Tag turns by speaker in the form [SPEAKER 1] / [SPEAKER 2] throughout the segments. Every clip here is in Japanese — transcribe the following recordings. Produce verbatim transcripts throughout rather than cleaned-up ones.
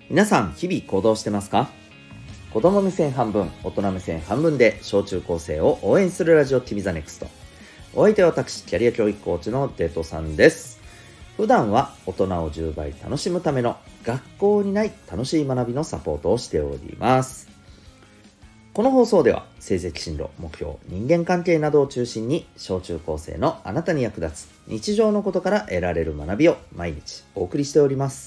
[SPEAKER 1] 皆さん日々行動してますか？子供目線半分、大人目線半分で小中高生を応援するラジオティビザネクスト。お相手は私、キャリア教育コーチのデトさんです。普段は大人をじゅうばい楽しむための学校にない楽しい学びのサポートをしております。この放送では成績進路、目標、人間関係などを中心に小中高生のあなたに役立つ日常のことから得られる学びを毎日お送りしております。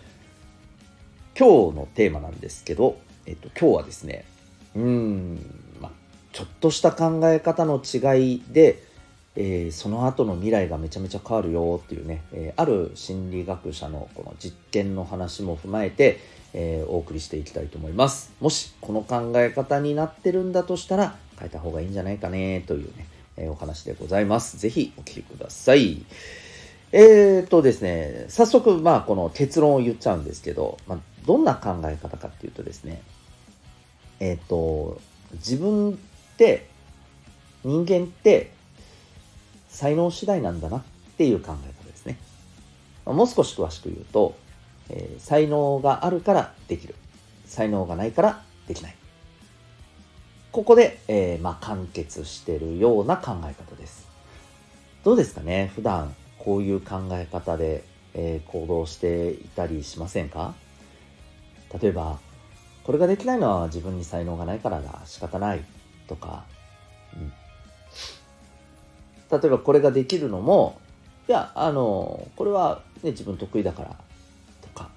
[SPEAKER 1] 今日のテーマなんですけど、えっと、今日はですね、うーん、まあ、ちょっとした考え方の違いで、えー、その後の未来がめちゃめちゃ変わるよっていうね、えー、ある心理学者のこの実験の話も踏まえて、えー、お送りしていきたいと思います。もしこの考え方になってるんだとしたら変えた方がいいんじゃないかねというね、えー、お話でございます。ぜひお聞きください。えーとですね、早速まあこの結論を言っちゃうんですけど、まあ、どんな考え方かっていうとですね、えーと自分って人間って才能次第なんだなっていう考え方ですね。もう少し詳しく言うと、えー、才能があるからできる、才能がないからできない。ここで、えーまあ、完結しているような考え方です。どうですかね、普段こういう考え方で、えー、行動していたりしませんか？例えば、これができないのは自分に才能がないからだ、仕方ないとか、うん、例えばこれができるのも、いや、あの、これは、ね、自分得意だからとか、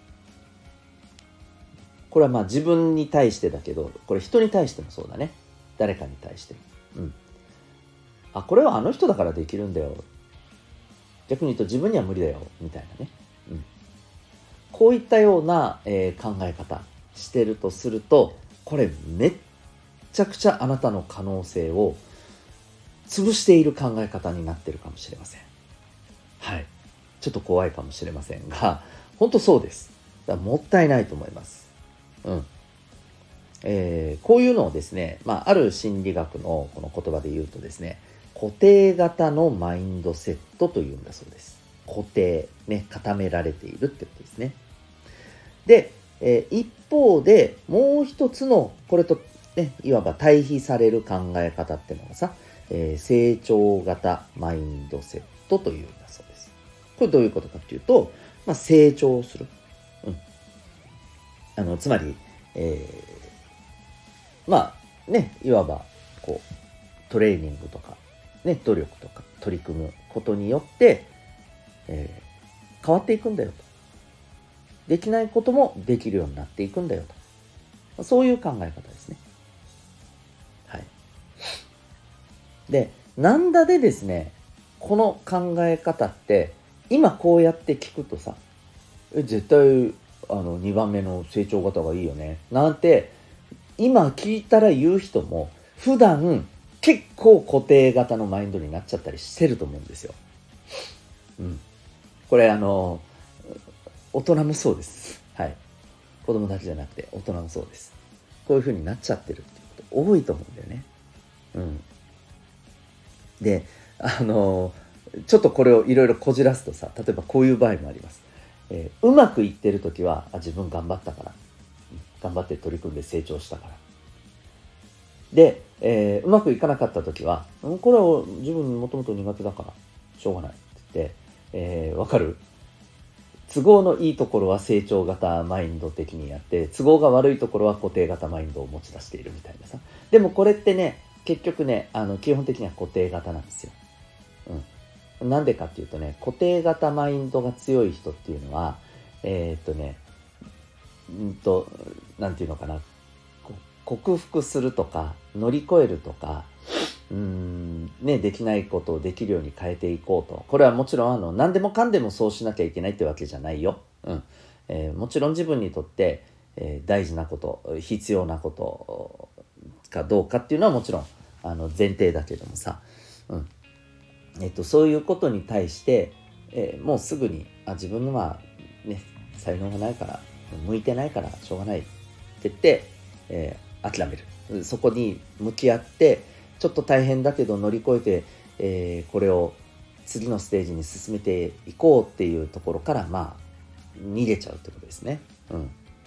[SPEAKER 1] これはまあ自分に対してだけど、これ人に対してもそうだね。誰かに対しても。うん。あ、これはあの人だからできるんだよ。逆に言うと自分には無理だよ、みたいなね。うん。こういったような、えー考え方してるとすると、これめっちゃくちゃあなたの可能性を潰している考え方になってるかもしれません。はい。ちょっと怖いかもしれませんが、本当そうです。だからもったいないと思います。うん。えーこういうのをですね、まあ、ある心理学のこの言葉で言うとですね、固定型のマインドセットというんだそうです。固定、ね、固められているってことですね。で、えー一方でもう一つのこれと、ね、いわば対比される考え方っていうのがさ、えー成長型マインドセットというんだそうです。これどういうことかっていうと、まあ、成長する、うん、あのつまり、えーまあね、いわばこうトレーニングとか、ね、努力とか取り組むことによって、えー変わっていくんだよと。できないこともできるようになっていくんだよと。そういう考え方ですね。はい。で、なんだでですね、この考え方って、今こうやって聞くとさ、え絶対あのにばんめの成長型がいいよね。なんて、今聞いたら言う人も、普段結構固定型のマインドになっちゃったりしてると思うんですよ。うん。これあの、大人もそうです。はい。子供だけじゃなくて大人もそうです。こういう風になっちゃってるっていうこと多いと思うんだよね。うん。で、あのちょっとこれをいろいろこじらすとさ、例えばこういう場合もあります。えーうまくいってる時は、あ、自分頑張ったから、うん頑張って取り組んで成長したから。で、えーうまくいかなかった時は、うんこれは自分もともと苦手だからしょうがないって言って、えーわかる？都合のいいところは成長型マインド的にやって、都合が悪いところは固定型マインドを持ち出しているみたいなさ。でもこれってね、結局ね、あの基本的には固定型なんですよ。うん。なんでかっていうとね、固定型マインドが強い人っていうのは、えー、っとね、うんと、なんていうのかな、こう克服するとか、乗り越えるとか、うーん、ね、できないことをできるように変えていこうと。これはもちろん、あの、何でもかんでもそうしなきゃいけないってわけじゃないよ。うん。えーもちろん自分にとって、えー大事なこと、必要なことかどうかっていうのはもちろん、あの、前提だけどもさ、うん。えっと、そういうことに対して、えーもうすぐに、あ、自分のはね、才能がないから、向いてないからしょうがないって言って、えー諦める。そこに向き合って、ちょっと大変だけど乗り越えて、えーこれを次のステージに進めていこうっていうところから、まあ、逃げちゃうってことですね。うん。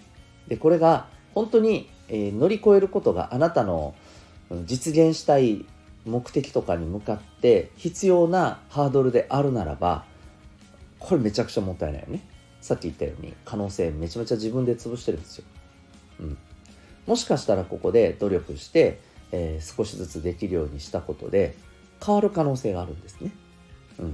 [SPEAKER 1] でこれが本当に、えー乗り越えることがあなたのうん実現したい目的とかに向かって必要なハードルであるならば、これめちゃくちゃもったいないよね。さっき言ったように可能性めちゃめちゃ自分で潰してるんですよ。うん、もしかしたらここで努力して、えー少しずつできるようにしたことで変わる可能性があるんですね。うん、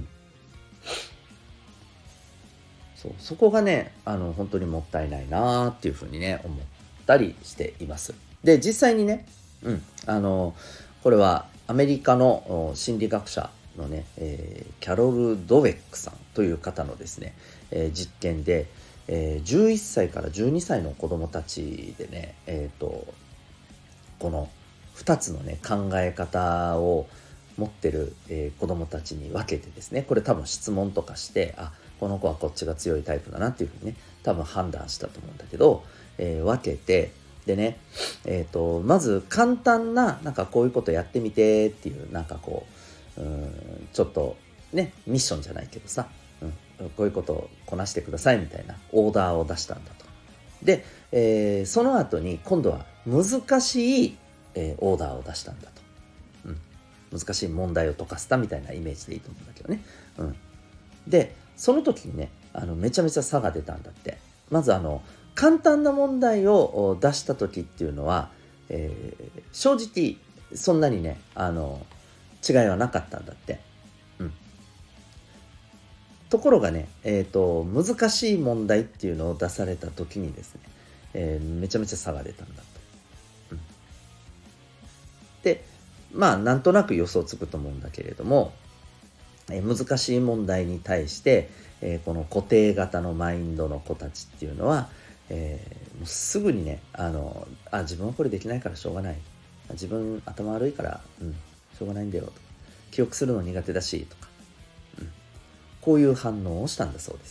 [SPEAKER 1] そうそこがねあの本当にもったいないなっていうふうにね思ったりしています。で実際にね、うん、あのこれはアメリカのお心理学者のね、えーキャロル・ドウェックさんという方のですね、えー実験で、えーじゅういっさいからじゅうにさいの子どもたちでね、えーとこのふたつのね考え方を持ってる、えー子どもたちに分けてですね、これ多分質問とかして、あこの子はこっちが強いタイプだなっていうふうにね多分判断したと思うんだけど、えー分けてでね、えーとまず簡単ななんかこういうことやってみてっていうなんかこう、うーんちょっとねミッションじゃないけどさ、うん、こういうことをこなしてくださいみたいなオーダーを出したんだと。で、えーその後に今度は難しい、えーオーダーを出したんだと、うん、難しい問題を解かせたみたいなイメージでいいと思うんだけどね、うん、でその時にねあのめちゃめちゃ差が出たんだって。まずあの簡単な問題を出した時っていうのは、えー正直そんなにねあの違いはなかったんだって、うん、ところがね、えーと、難しい問題っていうのを出された時にですね、えーめちゃめちゃ差が出たんだと、うん、でまあなんとなく予想つくと思うんだけれども、えー難しい問題に対して、えーこの固定型のマインドの子たちっていうのは、えーもうすぐにねあのあ自分はこれできないからしょうがない、自分頭悪いから、うん、しょうがないんだよとか、記憶するの苦手だしとか、うん、こういう反応をしたんだそうです。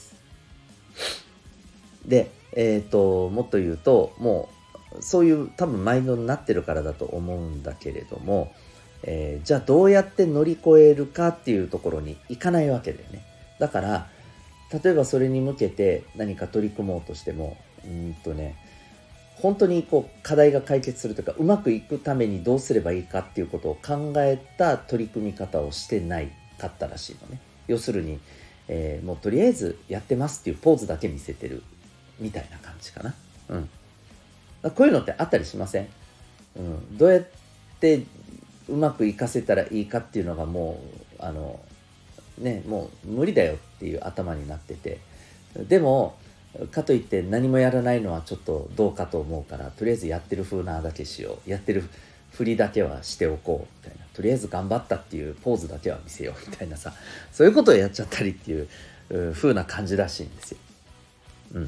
[SPEAKER 1] で、えーと、もっと言うともうそういう多分マインドになってるからだと思うんだけれども、えーじゃあどうやって乗り越えるかっていうところに行かないわけだよね。だから例えばそれに向けて何か取り組もうとしてもうーんとね本当にこう課題が解決するというかうまくいくためにどうすればいいかっていうことを考えた取り組み方をしてないかったらしいのね。要するに、えーもうとりあえずやってますっていうポーズだけ見せてるみたいな感じかな。うん。こういうのってあったりしません？うん。どうやってうまくいかせたらいいかっていうのがもうあのねもう無理だよっていう頭になってて、でもかといって何もやらないのはちょっとどうかと思うからとりあえずやってる風なだけしよう、やってる振りだけはしておこうみたいな、とりあえず頑張ったっていうポーズだけは見せようみたいなさ、そういうことをやっちゃったりっていうう風な感じらしいんですよ。うん。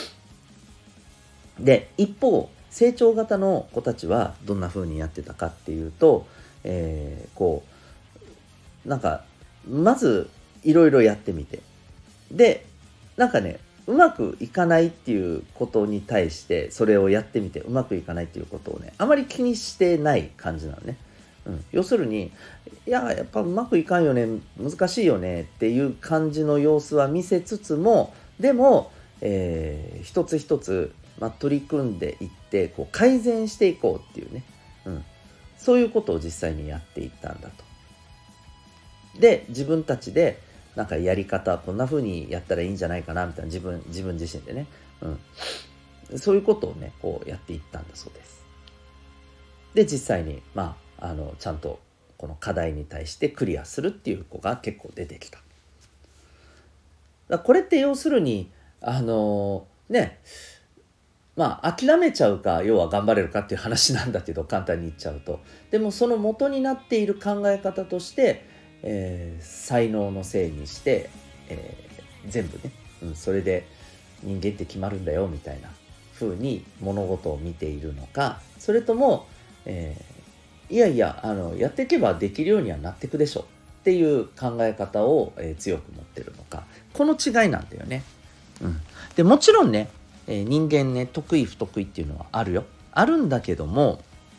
[SPEAKER 1] で一方成長型の子たちはどんな風にやってたかっていうと、えーこうなんかまずいろいろやってみて、でなんかねうまくいかないっていうことに対してそれをやってみてうまくいかないっていうことをねあまり気にしてない感じなのね。うん、要するにいややっぱうまくいかんよね難しいよねっていう感じの様子は見せつつも、でも、えー一つ一つ、まあ、取り組んでいってこう改善していこうっていうね、うん、そういうことを実際にやっていったんだと。で自分たちでなんかやり方こんな風にやったらいいんじゃないかなみたいな自分自分自身でね、うん、そういうことをねこうやっていったんだそうです。で実際にまああのちゃんとこの課題に対してクリアするっていう子が結構出てきた。だからこれって要するにあのねまあ諦めちゃうか要は頑張れるかっていう話なんだけど簡単に言っちゃうと、でもその元になっている考え方として、えー才能のせいにして、えー全部ね、うん、それで人間って決まるんだよみたいな風に物事を見ているのか、それとも、えーいやいやあのやっていけばできるようにはなっていくでしょっていう考え方を、えー強く持ってるのか、この違いなんだよね。うん、でもちろんね、えー人間ね得意不得意っていうのはあるよあるんだけども、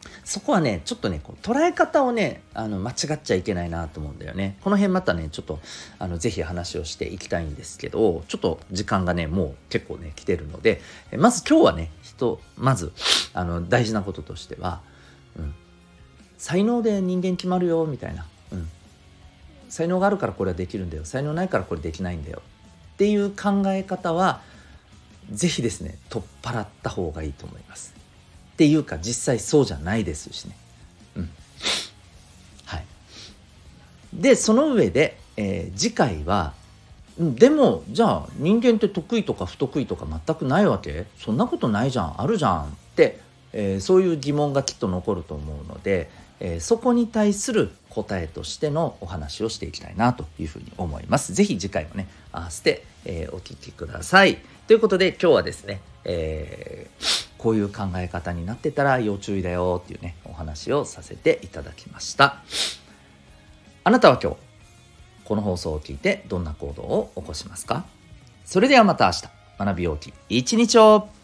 [SPEAKER 1] そこはねちょっとねこう捉え方をねあの間違っちゃいけないなと思うんだよね。この辺またねちょっとあのぜひ話をしていきたいんですけど、ちょっと時間がねもう結構ね来てるので、まず今日はね人まずあの大事なこととしては、うん、才能で人間決まるよみたいな、うん、才能があるからこれはできるんだよ、才能ないからこれできないんだよっていう考え方はぜひですね取っ払った方がいいと思います。っていうか実際そうじゃないですしね。うん。はい。でその上で、えー次回はでもじゃあ人間って得意とか不得意とか全くないわけ？そんなことないじゃん、あるじゃんって、えーそういう疑問がきっと残ると思うので、えーそこに対する答えとしてのお話をしていきたいなというふうに思います。ぜひ次回もね合わせて、えーお聞きください。ということで今日はですね、えーこういう考え方になってたら要注意だよっていうねお話をさせていただきました。あなたは今日この放送を聞いてどんな行動を起こしますか？それではまた明日、学びようき一日を。